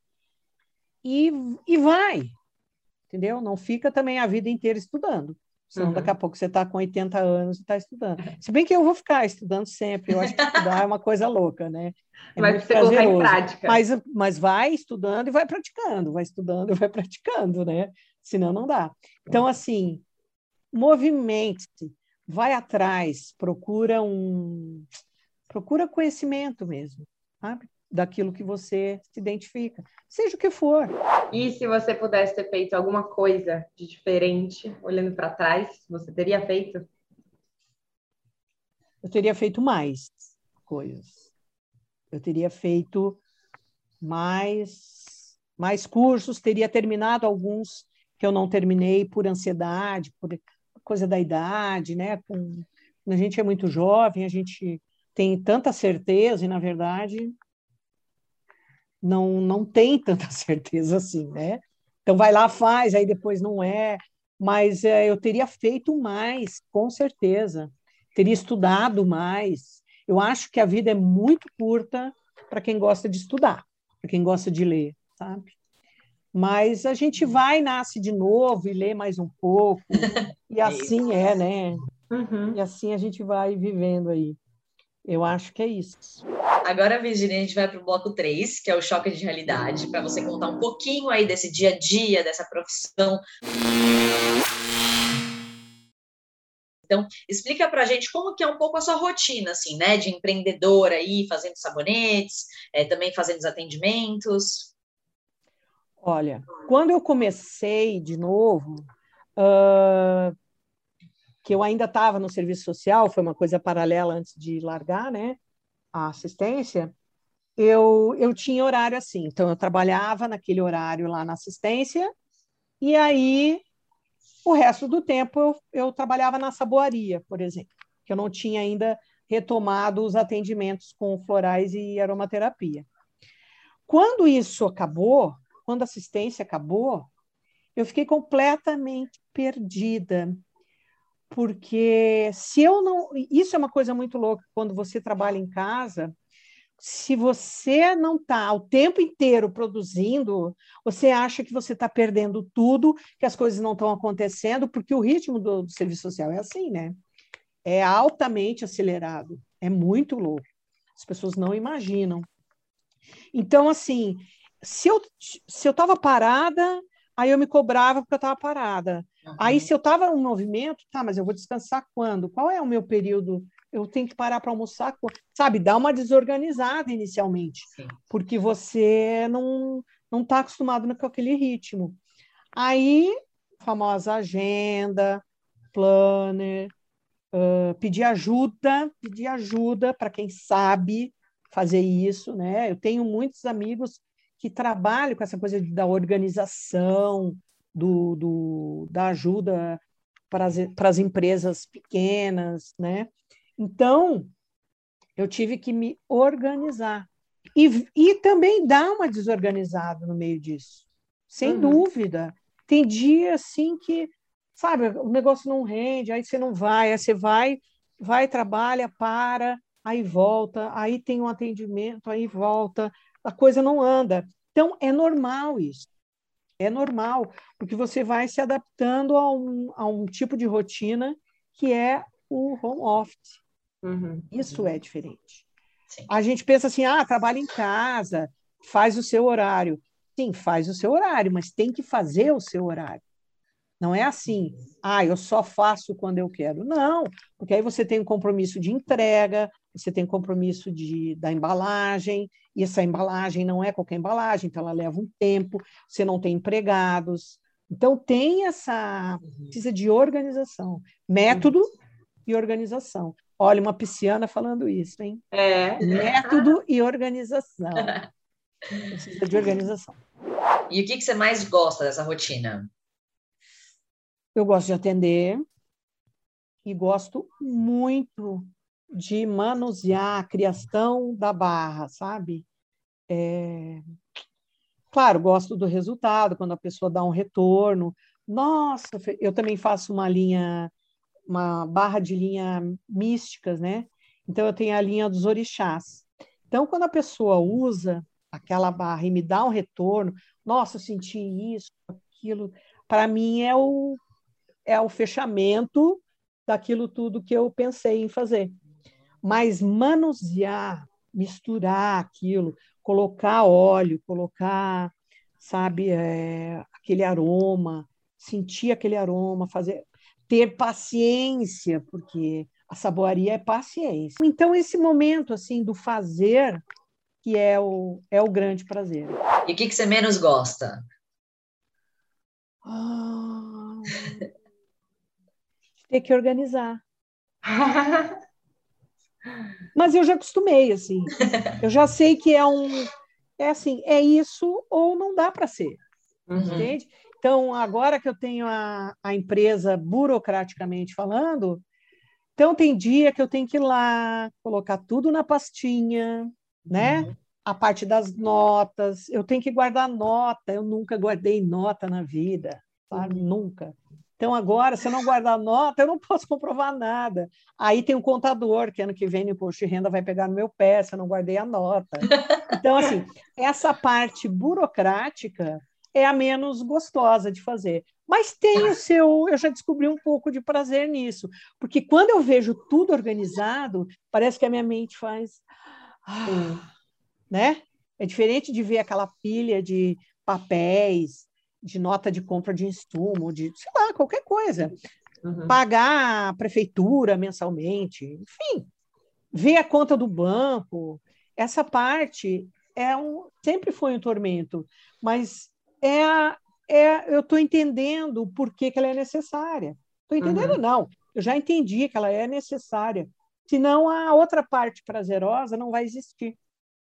e, e vai, entendeu? Não fica também a vida inteira estudando, senão uhum. daqui a pouco você está com oitenta anos e está estudando. Se bem que eu vou ficar estudando sempre, eu acho que estudar é uma coisa louca, né? É mas muito você colocar em prática. Mas, mas vai estudando e vai praticando, vai estudando e vai praticando, né? Senão não dá. Então, assim, movimente-se, vai atrás, procura um procura conhecimento mesmo, sabe? Daquilo que você se identifica, seja o que for. E se você pudesse ter feito alguma coisa de diferente, olhando para trás, você teria feito? Eu teria feito mais coisas. Eu teria feito mais, mais cursos, teria terminado alguns que eu não terminei por ansiedade, por coisa da idade, né? Com, quando a gente é muito jovem, a gente tem tanta certeza e, na verdade, não, não tem tanta certeza assim, né? Então, vai lá, faz, aí depois não é. Mas é, eu teria feito mais, com certeza. Teria estudado mais. Eu acho que a vida é muito curta para quem gosta de estudar, para quem gosta de ler, sabe? Mas a gente vai, nasce de novo e lê mais um pouco, e assim é, né? Uhum. E assim a gente vai vivendo aí. Eu acho que é isso. Agora, Virginia, a gente vai para o bloco três, que é o choque de realidade, para você contar um pouquinho aí desse dia a dia, dessa profissão. Então, explica para a gente como que é um pouco a sua rotina, assim, né? De empreendedora aí, fazendo sabonetes, é, também fazendo os atendimentos. Olha, quando eu comecei de novo, uh, que eu ainda estava no serviço social, foi uma coisa paralela antes de largar, né? A assistência, eu, eu tinha horário assim. Então, eu trabalhava naquele horário lá na assistência, e aí o resto do tempo eu, eu trabalhava na saboaria, por exemplo, que eu não tinha ainda retomado os atendimentos com florais e aromaterapia. Quando isso acabou, quando a assistência acabou, eu fiquei completamente perdida, porque se eu não... Isso é uma coisa muito louca, quando você trabalha em casa, se você não está o tempo inteiro produzindo, você acha que você está perdendo tudo, que as coisas não estão acontecendo, porque o ritmo do, do serviço social é assim, né? É altamente acelerado, é muito louco. As pessoas não imaginam. Então, assim, se eu se eu estava parada, aí eu me cobrava porque eu estava parada. Uhum. Aí, se eu estava em movimento, tá, mas eu vou descansar quando? Qual é o meu período? Eu tenho que parar para almoçar? Sabe, dá uma desorganizada inicialmente, Sim. porque você não não está acostumado com aquele ritmo. Aí, famosa agenda, planner, uh, pedir ajuda, pedir ajuda para quem sabe fazer isso, né? Eu tenho muitos amigos que trabalham com essa coisa da organização, do, do, da ajuda para as, para as empresas pequenas, né? Então, eu tive que me organizar. E, e também dá uma desorganizada no meio disso, sem Uhum. dúvida. Tem dia assim que, sabe, o negócio não rende, aí você não vai, aí você vai, vai, trabalha, para, aí volta, aí tem um atendimento, aí volta, a coisa não anda. Então, é normal isso. É normal, porque você vai se adaptando a um, a um tipo de rotina que é o home office. Uhum. Isso é diferente. Sim. A gente pensa assim, ah, trabalha em casa, faz o seu horário. Sim, faz o seu horário, mas tem que fazer o seu horário. Não é assim, ah, eu só faço quando eu quero. Não, porque aí você tem um compromisso de entrega, você tem um compromisso de, da embalagem, e essa embalagem não é qualquer embalagem, então ela leva um tempo, você não tem empregados. Então, tem essa... precisa de organização, método e organização. Olha, uma pisciana falando isso, hein? É. Método e organização. Precisa de organização. E o que, que você mais gosta dessa rotina? Eu gosto de atender e gosto muito de manusear a criação da barra, sabe? É... Claro, gosto do resultado, quando a pessoa dá um retorno. Nossa, eu também faço uma linha, uma barra de linha místicas, né? Então, eu tenho a linha dos orixás. Então, quando a pessoa usa aquela barra e me dá um retorno, nossa, eu senti isso, aquilo, para mim é o, é o fechamento daquilo tudo que eu pensei em fazer. Mas manusear, misturar aquilo, colocar óleo, colocar, sabe, é, aquele aroma, sentir aquele aroma, fazer, ter paciência, porque a saboaria é paciência. Então, esse momento assim do fazer que é o, é o grande prazer. E o que, que você menos gosta? Ah, ter que organizar. Mas eu já acostumei, assim. Eu já sei que é um... É assim, é isso ou não dá para ser. Uhum. Entende? Então, agora que eu tenho a, a empresa burocraticamente falando, então tem dia que eu tenho que ir lá, colocar tudo na pastinha, né? Uhum. A parte das notas, eu tenho que guardar nota, eu nunca guardei nota na vida, sabe? Uhum. Nunca. Então, agora, se eu não guardar nota, eu não posso comprovar nada. Aí tem um contador, que ano que vem no imposto de renda vai pegar no meu pé, se eu não guardei a nota. Então, assim, essa parte burocrática é a menos gostosa de fazer. Mas tem o seu... Eu já descobri um pouco de prazer nisso, porque quando eu vejo tudo organizado, parece que a minha mente faz... Ah, né? É diferente de ver aquela pilha de papéis, de nota de compra de insumo, de, sei lá, qualquer coisa. Uhum. Pagar a prefeitura mensalmente, enfim, ver a conta do banco. Essa parte é um, sempre foi um tormento, mas é, a, é eu estou entendendo por que, que ela é necessária. Estou entendendo, Uhum. não. Eu já entendi que ela é necessária. Senão, a outra parte prazerosa não vai existir.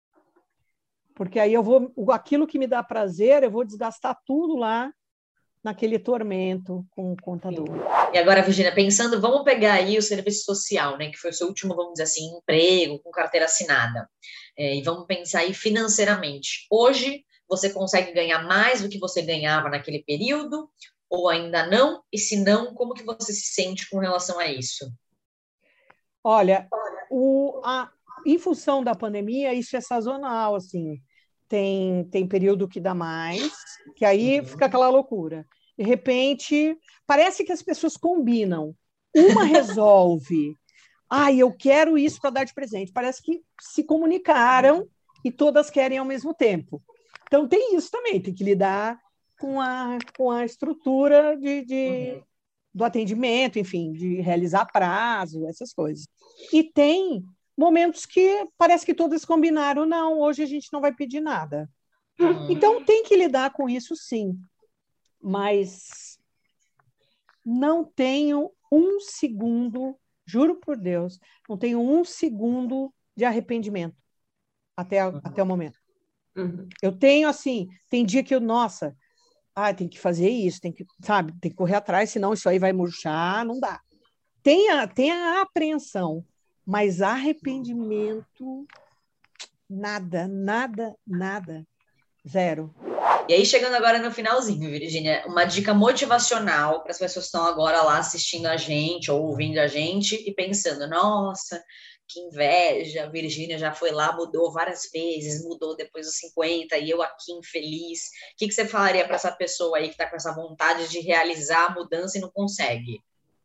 Porque aí eu vou, aquilo que me dá prazer, eu vou desgastar tudo lá naquele tormento com o contador. E agora, Virginia, pensando, vamos pegar aí o serviço social, né, que foi o seu último, vamos dizer assim, emprego, com carteira assinada, é, e vamos pensar aí financeiramente. Hoje, você consegue ganhar mais do que você ganhava naquele período, ou ainda não? E se não, como que você se sente com relação a isso? Olha, o, a, em função da pandemia, isso é sazonal, assim. Tem, tem período que dá mais, que aí fica aquela loucura. De repente, parece que as pessoas combinam. Uma resolve, ah, eu quero isso para dar de presente. Parece que se comunicaram e todas querem ao mesmo tempo. Então, tem isso também, tem que lidar com a, com a estrutura de, de, uhum. do atendimento, enfim, de realizar prazo, essas coisas. E tem momentos que parece que todos combinaram, não, hoje a gente não vai pedir nada. Uhum. Então, tem que lidar com isso, sim. Mas não tenho um segundo, juro por Deus, não tenho um segundo de arrependimento até, uhum. até o momento. Uhum. Eu tenho, assim, tem dia que eu, nossa, ah, tem que fazer isso, tem que, sabe, tem que correr atrás, senão isso aí vai murchar, não dá. Tem a, tem a apreensão, mas arrependimento, nada, nada, nada, zero. E aí, chegando agora no finalzinho, Virgínia, uma dica motivacional para as pessoas que estão agora lá assistindo a gente ou ouvindo a gente e pensando, nossa, que inveja, a Virgínia já foi lá, mudou várias vezes, mudou depois dos cinquenta e eu aqui infeliz. O que, que você falaria para essa pessoa aí que está com essa vontade de realizar a mudança e não consegue?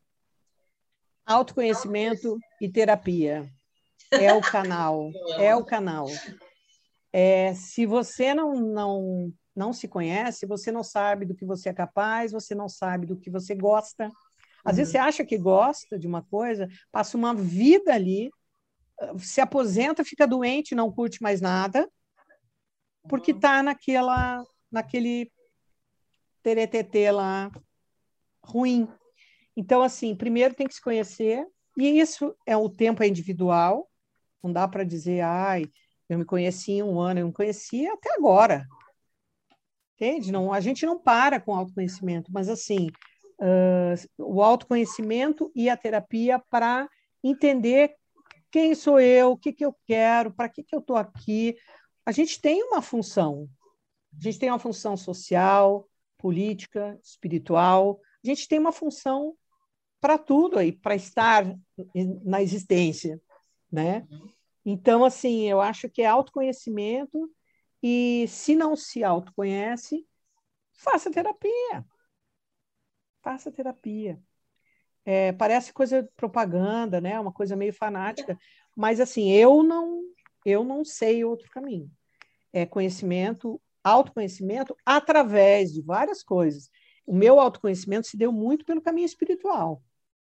Autoconhecimento e terapia. É o canal, é o canal. É, se você não, não, não se conhece, você não sabe do que você é capaz, você não sabe do que você gosta. Às uhum. vezes você acha que gosta de uma coisa, passa uma vida ali, se aposenta, fica doente, não curte mais nada, porque está naquela, naquele teretetê lá ruim. Então, assim, primeiro tem que se conhecer, e isso é o tempo é individual, não dá para dizer, ai, eu me conheci em um ano, eu me conheci até agora. Entende? Não, a gente não para com o autoconhecimento, mas, assim, uh, o autoconhecimento e a terapia para entender quem sou eu, o que, que eu quero, para que, que eu estou aqui. A gente tem uma função. A gente tem uma função social, política, espiritual. A gente tem uma função para tudo aí, para estar na existência, né? Então, assim, eu acho que é autoconhecimento e, se não se autoconhece, faça terapia. Faça terapia. É, parece coisa de propaganda, né? Uma coisa meio fanática, mas, assim, eu não, eu não sei outro caminho. É conhecimento, autoconhecimento através de várias coisas. O meu autoconhecimento se deu muito pelo caminho espiritual,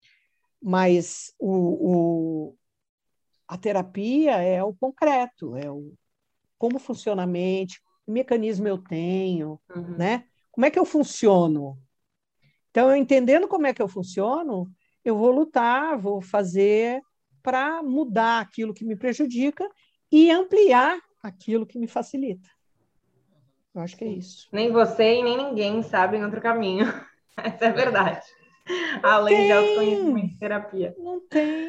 mas o, o a terapia é o concreto, é o como funciona a mente, que mecanismo eu tenho, uhum. né? Como é que eu funciono? Então, eu entendendo como é que eu funciono, eu vou lutar, vou fazer para mudar aquilo que me prejudica e ampliar aquilo que me facilita. Eu acho que é isso. Nem você e nem ninguém sabem outro caminho. Essa é a verdade. Não Além tem. de autoconhecimento e terapia. Não tem.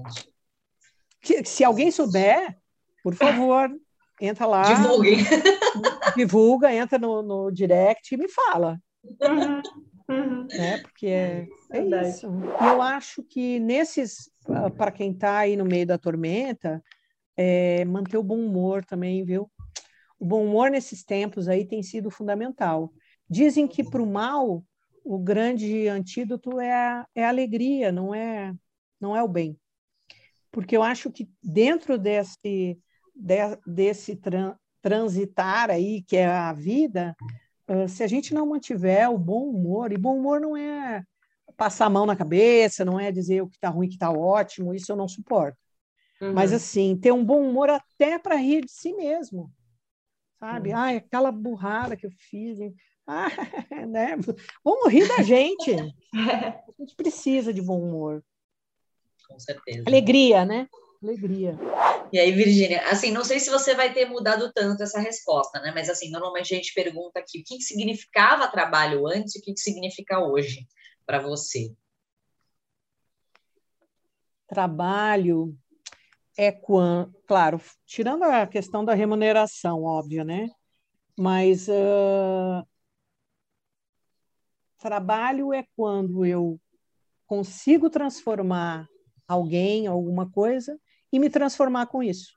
Se alguém souber, por favor, entra lá. Divulguem. Divulga, entra no, no direct e me fala. Uhum, uhum. Né? Porque é, é isso. E eu acho que nesses, para quem está aí no meio da tormenta, é, manter o bom humor também, viu? O bom humor nesses tempos aí tem sido fundamental. Dizem que para o mal, o grande antídoto é a, é a alegria, não é, não é o bem. Porque eu acho que dentro desse, de, desse tran, transitar aí, que é a vida, uh, se a gente não mantiver o bom humor, e bom humor não é passar a mão na cabeça, não é dizer o que está ruim, o que está ótimo, isso eu não suporto. Uhum. Mas, assim, ter um bom humor até para rir de si mesmo, sabe? Uhum. Ai, aquela burrada que eu fiz, hein? Ah, né? Vamos rir da gente. A gente precisa de bom humor. Com certeza. Alegria, né? Alegria. E aí, Virgínia, assim, não sei se você vai ter mudado tanto essa resposta, né? Mas, assim, normalmente a gente pergunta aqui o que significava trabalho antes e o que significa hoje para você. Trabalho é quando, claro, tirando a questão da remuneração, óbvio, né? Mas uh, trabalho é quando eu consigo transformar alguém, alguma coisa, e me transformar com isso.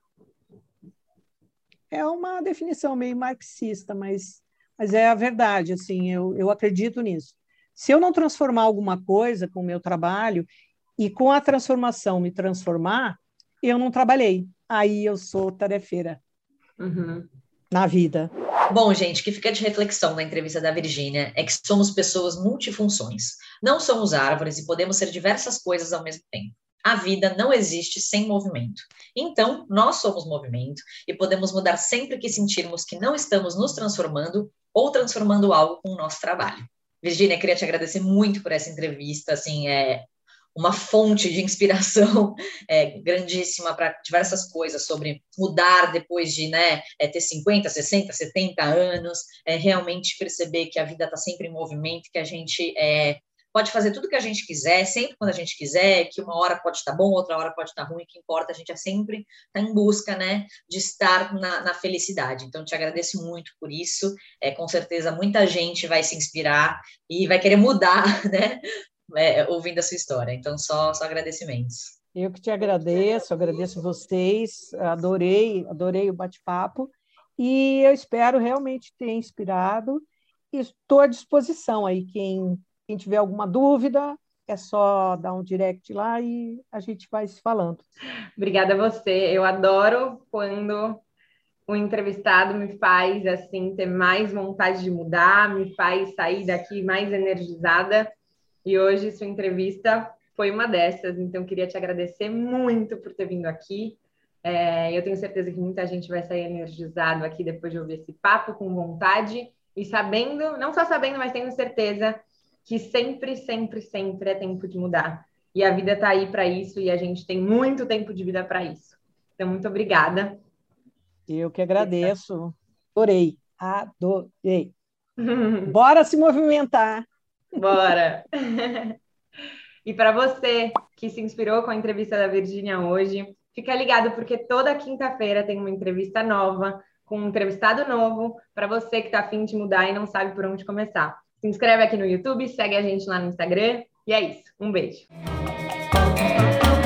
É uma definição meio marxista, mas, mas é a verdade, assim, eu, eu acredito nisso. Se eu não transformar alguma coisa com o meu trabalho, e com a transformação me transformar, eu não trabalhei. Aí eu sou tarefeira. Uhum. Na vida. Bom, gente, o que fica de reflexão na entrevista da Virgínia é que somos pessoas multifunções. Não somos árvores e podemos ser diversas coisas ao mesmo tempo. A vida não existe sem movimento. Então, nós somos movimento e podemos mudar sempre que sentirmos que não estamos nos transformando ou transformando algo com o nosso trabalho. Virgínia, queria te agradecer muito por essa entrevista, assim, é uma fonte de inspiração é, grandíssima para diversas coisas, sobre mudar depois de, né, é, ter cinquenta, sessenta, setenta anos, é, realmente perceber que a vida está sempre em movimento, que a gente é, pode fazer tudo que a gente quiser, sempre quando a gente quiser, que uma hora pode estar bom, outra hora pode estar ruim, o que importa, a gente é sempre estar em busca, né, de estar na, na felicidade. Então, te agradeço muito por isso, é, com certeza muita gente vai se inspirar e vai querer mudar, né, é, ouvindo a sua história. Então, só, só agradecimentos. Eu que te agradeço, agradeço vocês, adorei, adorei o bate-papo, e eu espero realmente ter inspirado, e estou à disposição aí, quem Quem tiver alguma dúvida, é só dar um direct lá e a gente vai se falando. Obrigada a você. Eu adoro quando o entrevistado me faz assim ter mais vontade de mudar, me faz sair daqui mais energizada. E hoje sua entrevista foi uma dessas. Então, queria te agradecer muito por ter vindo aqui. É, eu tenho certeza que muita gente vai sair energizado aqui depois de ouvir esse papo, com vontade e sabendo, não só sabendo, mas tendo certeza que sempre, sempre, sempre é tempo de mudar. E a vida está aí para isso e a gente tem muito tempo de vida para isso. Então, muito obrigada. Eu que agradeço. Adorei, adorei. Bora se movimentar. Bora. E para você que se inspirou com a entrevista da Virgínia hoje, fica ligado porque toda quinta-feira tem uma entrevista nova, com um entrevistado novo, para você que está a fim de mudar e não sabe por onde começar. Se inscreve aqui no YouTube, segue a gente lá no Instagram. E é isso. Um beijo.